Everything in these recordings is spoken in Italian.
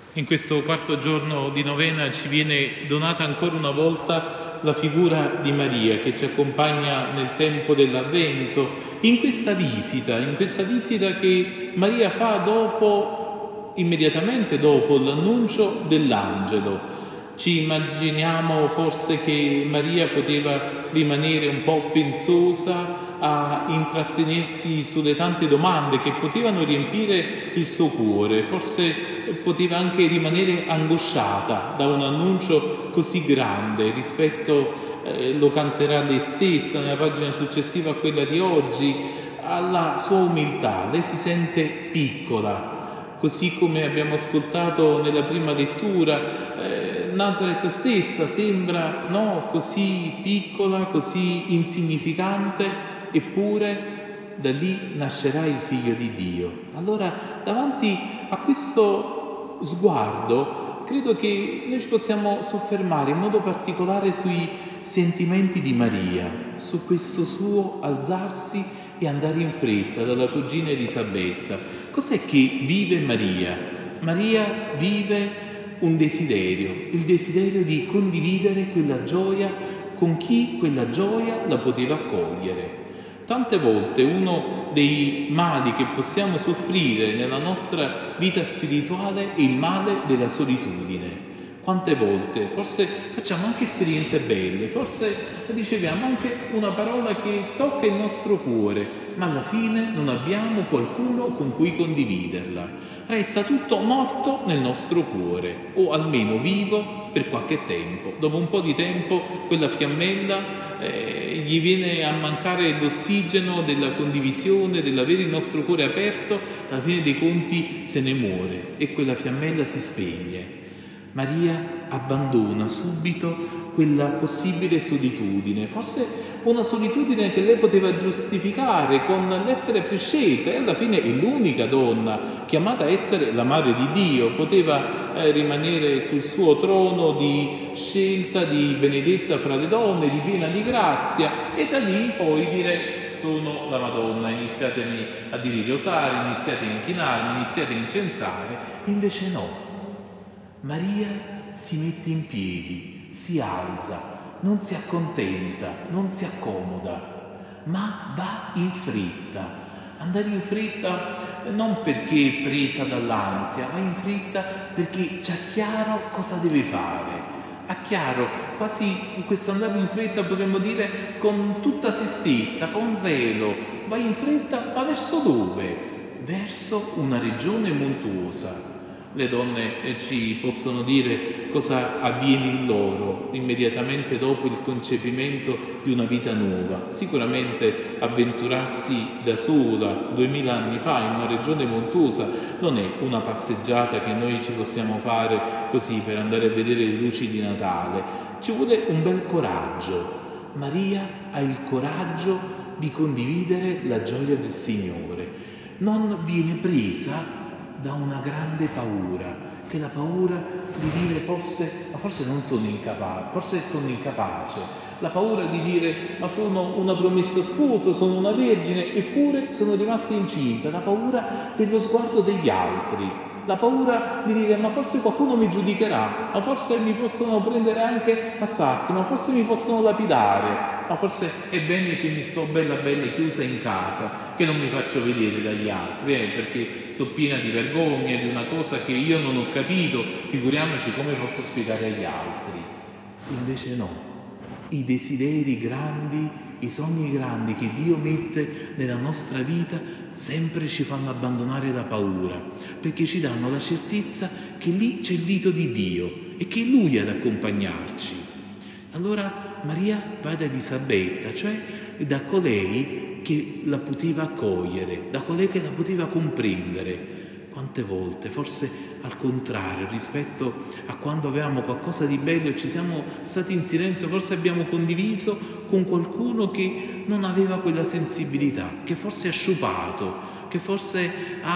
In questo quarto giorno di novena ci viene donata ancora una volta la figura di Maria che ci accompagna nel tempo dell'Avvento, in questa visita che Maria fa immediatamente dopo l'annuncio dell'angelo. Ci immaginiamo forse che Maria poteva rimanere un po' pensosa a intrattenersi sulle tante domande che potevano riempire il suo cuore, forse poteva anche rimanere angosciata da un annuncio così grande lo canterà lei stessa nella pagina successiva a quella di oggi, alla sua umiltà. Lei si sente piccola, così come abbiamo ascoltato nella prima lettura. Nazareth stessa sembra così piccola, così insignificante, eppure da lì nascerà il Figlio di Dio. Allora, davanti a questo sguardo, credo che noi ci possiamo soffermare in modo particolare sui sentimenti di Maria, su questo suo alzarsi e andare in fretta dalla cugina Elisabetta. Cos'è che vive Maria? Maria vive un desiderio, il desiderio di condividere quella gioia con chi quella gioia la poteva accogliere. Tante volte uno dei mali che possiamo soffrire nella nostra vita spirituale è il male della solitudine. Quante volte forse facciamo anche esperienze belle, forse riceviamo anche una parola che tocca il nostro cuore, ma alla fine non abbiamo qualcuno con cui condividerla. Resta tutto morto nel nostro cuore, o almeno vivo per qualche tempo. Dopo un po' di tempo quella fiammella gli viene a mancare l'ossigeno della condivisione, dell'avere il nostro cuore aperto, alla fine dei conti se ne muore e quella fiammella si spegne. Maria abbandona subito quella possibile solitudine, forse una solitudine che lei poteva giustificare con l'essere prescelta, e alla fine è l'unica donna chiamata a essere la madre di Dio, poteva rimanere sul suo trono di scelta, di benedetta fra le donne, di piena di grazia, e da lì poi dire: sono la Madonna, iniziatemi a dire i rosari, iniziate a inchinarmi, iniziate a incensare. Invece no. Maria si mette in piedi, si alza, non si accontenta, non si accomoda, ma va in fretta. Andare in fretta non perché è presa dall'ansia, va in fretta perché c'ha chiaro cosa deve fare. Ha chiaro, quasi in questo andare in fretta potremmo dire con tutta se stessa, con zelo. Va in fretta, ma verso dove? Verso una regione montuosa. Le donne ci possono dire cosa avviene in loro immediatamente dopo il concepimento di una vita nuova. Sicuramente avventurarsi da sola 2000 anni fa in una regione montuosa non è una passeggiata che noi ci possiamo fare così per andare a vedere le luci di Natale. Ci vuole un bel coraggio. Maria ha il coraggio di condividere la gioia del Signore. Non viene presa da una grande paura, che è la paura di dire forse non sono incapace, forse sono incapace, la paura di dire ma sono una promessa sposa, sono una vergine eppure sono rimasta incinta, la paura dello sguardo degli altri, la paura di dire ma forse qualcuno mi giudicherà, ma forse mi possono prendere anche a sassi, ma forse mi possono lapidare, ma forse è bene che mi sto bella chiusa in casa, che non mi faccio vedere dagli altri, perché sto piena di vergogna, di una cosa che io non ho capito, figuriamoci come posso spiegare agli altri. Invece no, i desideri grandi, i sogni grandi che Dio mette nella nostra vita sempre ci fanno abbandonare la paura, perché ci danno la certezza che lì c'è il dito di Dio e che è Lui ad accompagnarci. Allora Maria va da Elisabetta, cioè da colei che la poteva accogliere, da colei che la poteva comprendere. Quante volte, forse al contrario, rispetto a quando avevamo qualcosa di bello e ci siamo stati in silenzio, forse abbiamo condiviso con qualcuno che non aveva quella sensibilità, che forse ha sciupato, che forse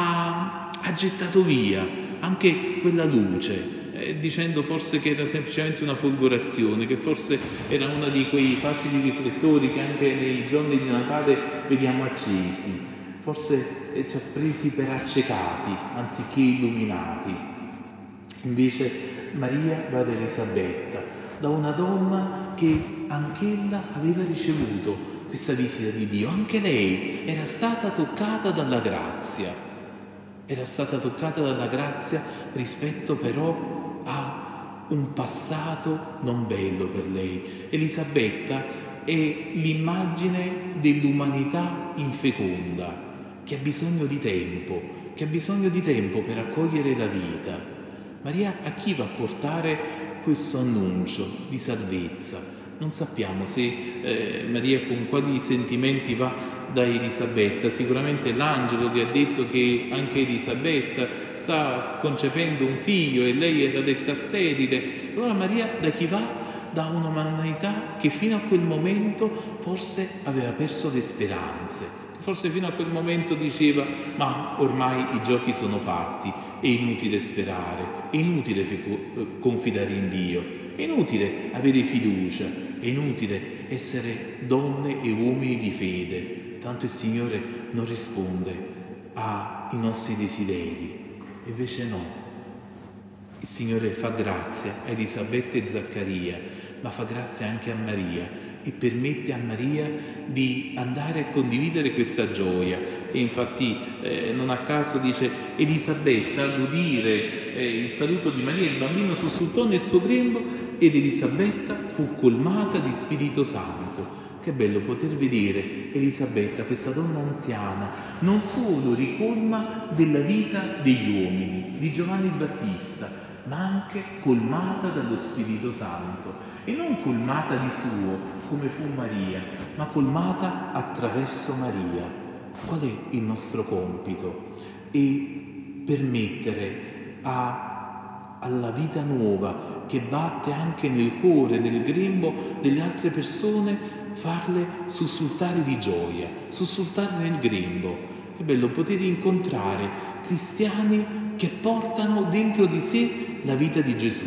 ha gettato via anche quella luce, dicendo forse che era semplicemente una folgorazione, che forse era uno di quei facili riflettori che anche nei giorni di Natale vediamo accesi. Forse ci ha presi per accecati anziché illuminati. Invece Maria va da Elisabetta, da una donna che anch'ella aveva ricevuto questa visita di Dio. Anche lei era stata toccata dalla grazia. Era stata toccata dalla grazia rispetto però a un passato non bello per lei. Elisabetta è l'immagine dell'umanità infeconda, che ha bisogno di tempo per accogliere la vita. Maria a chi va a portare questo annuncio di salvezza? Non sappiamo se Maria con quali sentimenti va da Elisabetta. Sicuramente l'angelo gli ha detto che anche Elisabetta sta concependo un figlio e lei era detta sterile. Allora Maria da chi va? Da un'umanità che fino a quel momento forse aveva perso le speranze. Forse fino a quel momento diceva: ma ormai i giochi sono fatti, è inutile sperare, è inutile confidare in Dio, è inutile avere fiducia, è inutile essere donne e uomini di fede, tanto il Signore non risponde ai nostri desideri. Invece no, il Signore fa grazia a Elisabetta e Zaccaria, ma fa grazia anche a Maria e permette a Maria di andare a condividere questa gioia. E infatti non a caso dice: Elisabetta all'udire il saluto di Maria, il bambino sussultò nel suo grembo ed Elisabetta fu colmata di Spirito Santo. Che bello poter vedere Elisabetta, questa donna anziana, non solo ricolma della vita degli uomini, di Giovanni Battista, ma anche colmata dallo Spirito Santo, e non colmata di suo come fu Maria, ma colmata attraverso Maria. Qual è il nostro compito? E permettere alla vita nuova che batte anche nel cuore, nel grembo delle altre persone, farle sussultare di gioia, sussultare nel grembo. È bello poter incontrare cristiani che portano dentro di sé la vita di Gesù.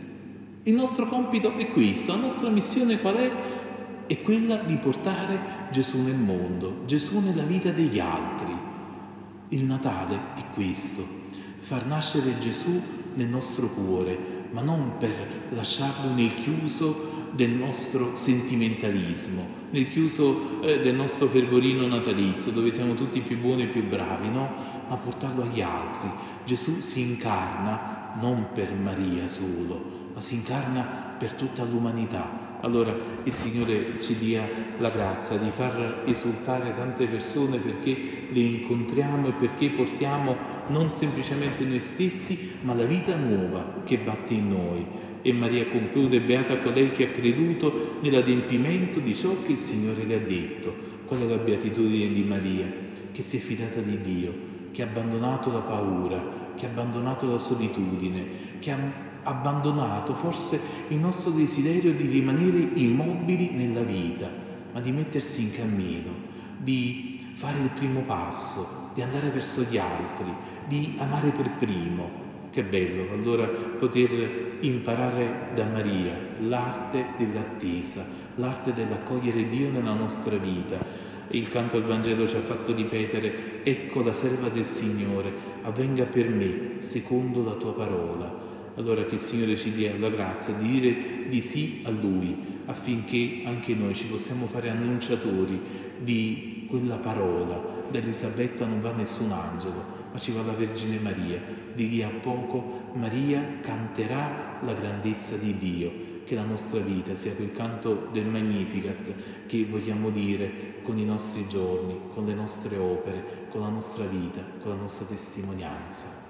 Il nostro compito è questo, la nostra missione qual è? È quella di portare Gesù nel mondo, Gesù nella vita degli altri. Il Natale è questo, far nascere Gesù nel nostro cuore, ma non per lasciarlo nel chiuso del nostro sentimentalismo, nel chiuso del nostro fervorino natalizio, dove siamo tutti più buoni e più bravi, no? Ma portarlo agli altri. Gesù si incarna non per Maria solo, ma si incarna per tutta l'umanità. Allora il Signore ci dia la grazia di far esultare tante persone, perché le incontriamo e perché portiamo non semplicemente noi stessi, ma la vita nuova che batte in noi. E Maria conclude: beata colei che ha creduto nell'adempimento di ciò che il Signore le ha detto. Qual è la beatitudine di Maria? Che si è fidata di Dio, che ha abbandonato la paura, che ha abbandonato la solitudine, che ha abbandonato forse il nostro desiderio di rimanere immobili nella vita, ma di mettersi in cammino, di fare il primo passo, di andare verso gli altri, di amare per primo. Che bello allora poter imparare da Maria l'arte dell'attesa, l'arte dell'accogliere Dio nella nostra vita. Il canto al Vangelo ci ha fatto ripetere: ecco la serva del Signore, avvenga per me secondo la tua parola. Allora che il Signore ci dia la grazia di dire di sì a Lui, affinché anche noi ci possiamo fare annunciatori di quella parola. Da Elisabetta non va nessun angelo, ma ci va la Vergine Maria. Di lì a poco Maria canterà la grandezza di Dio. Che la nostra vita sia quel canto del Magnificat che vogliamo dire con i nostri giorni, con le nostre opere, con la nostra vita, con la nostra testimonianza.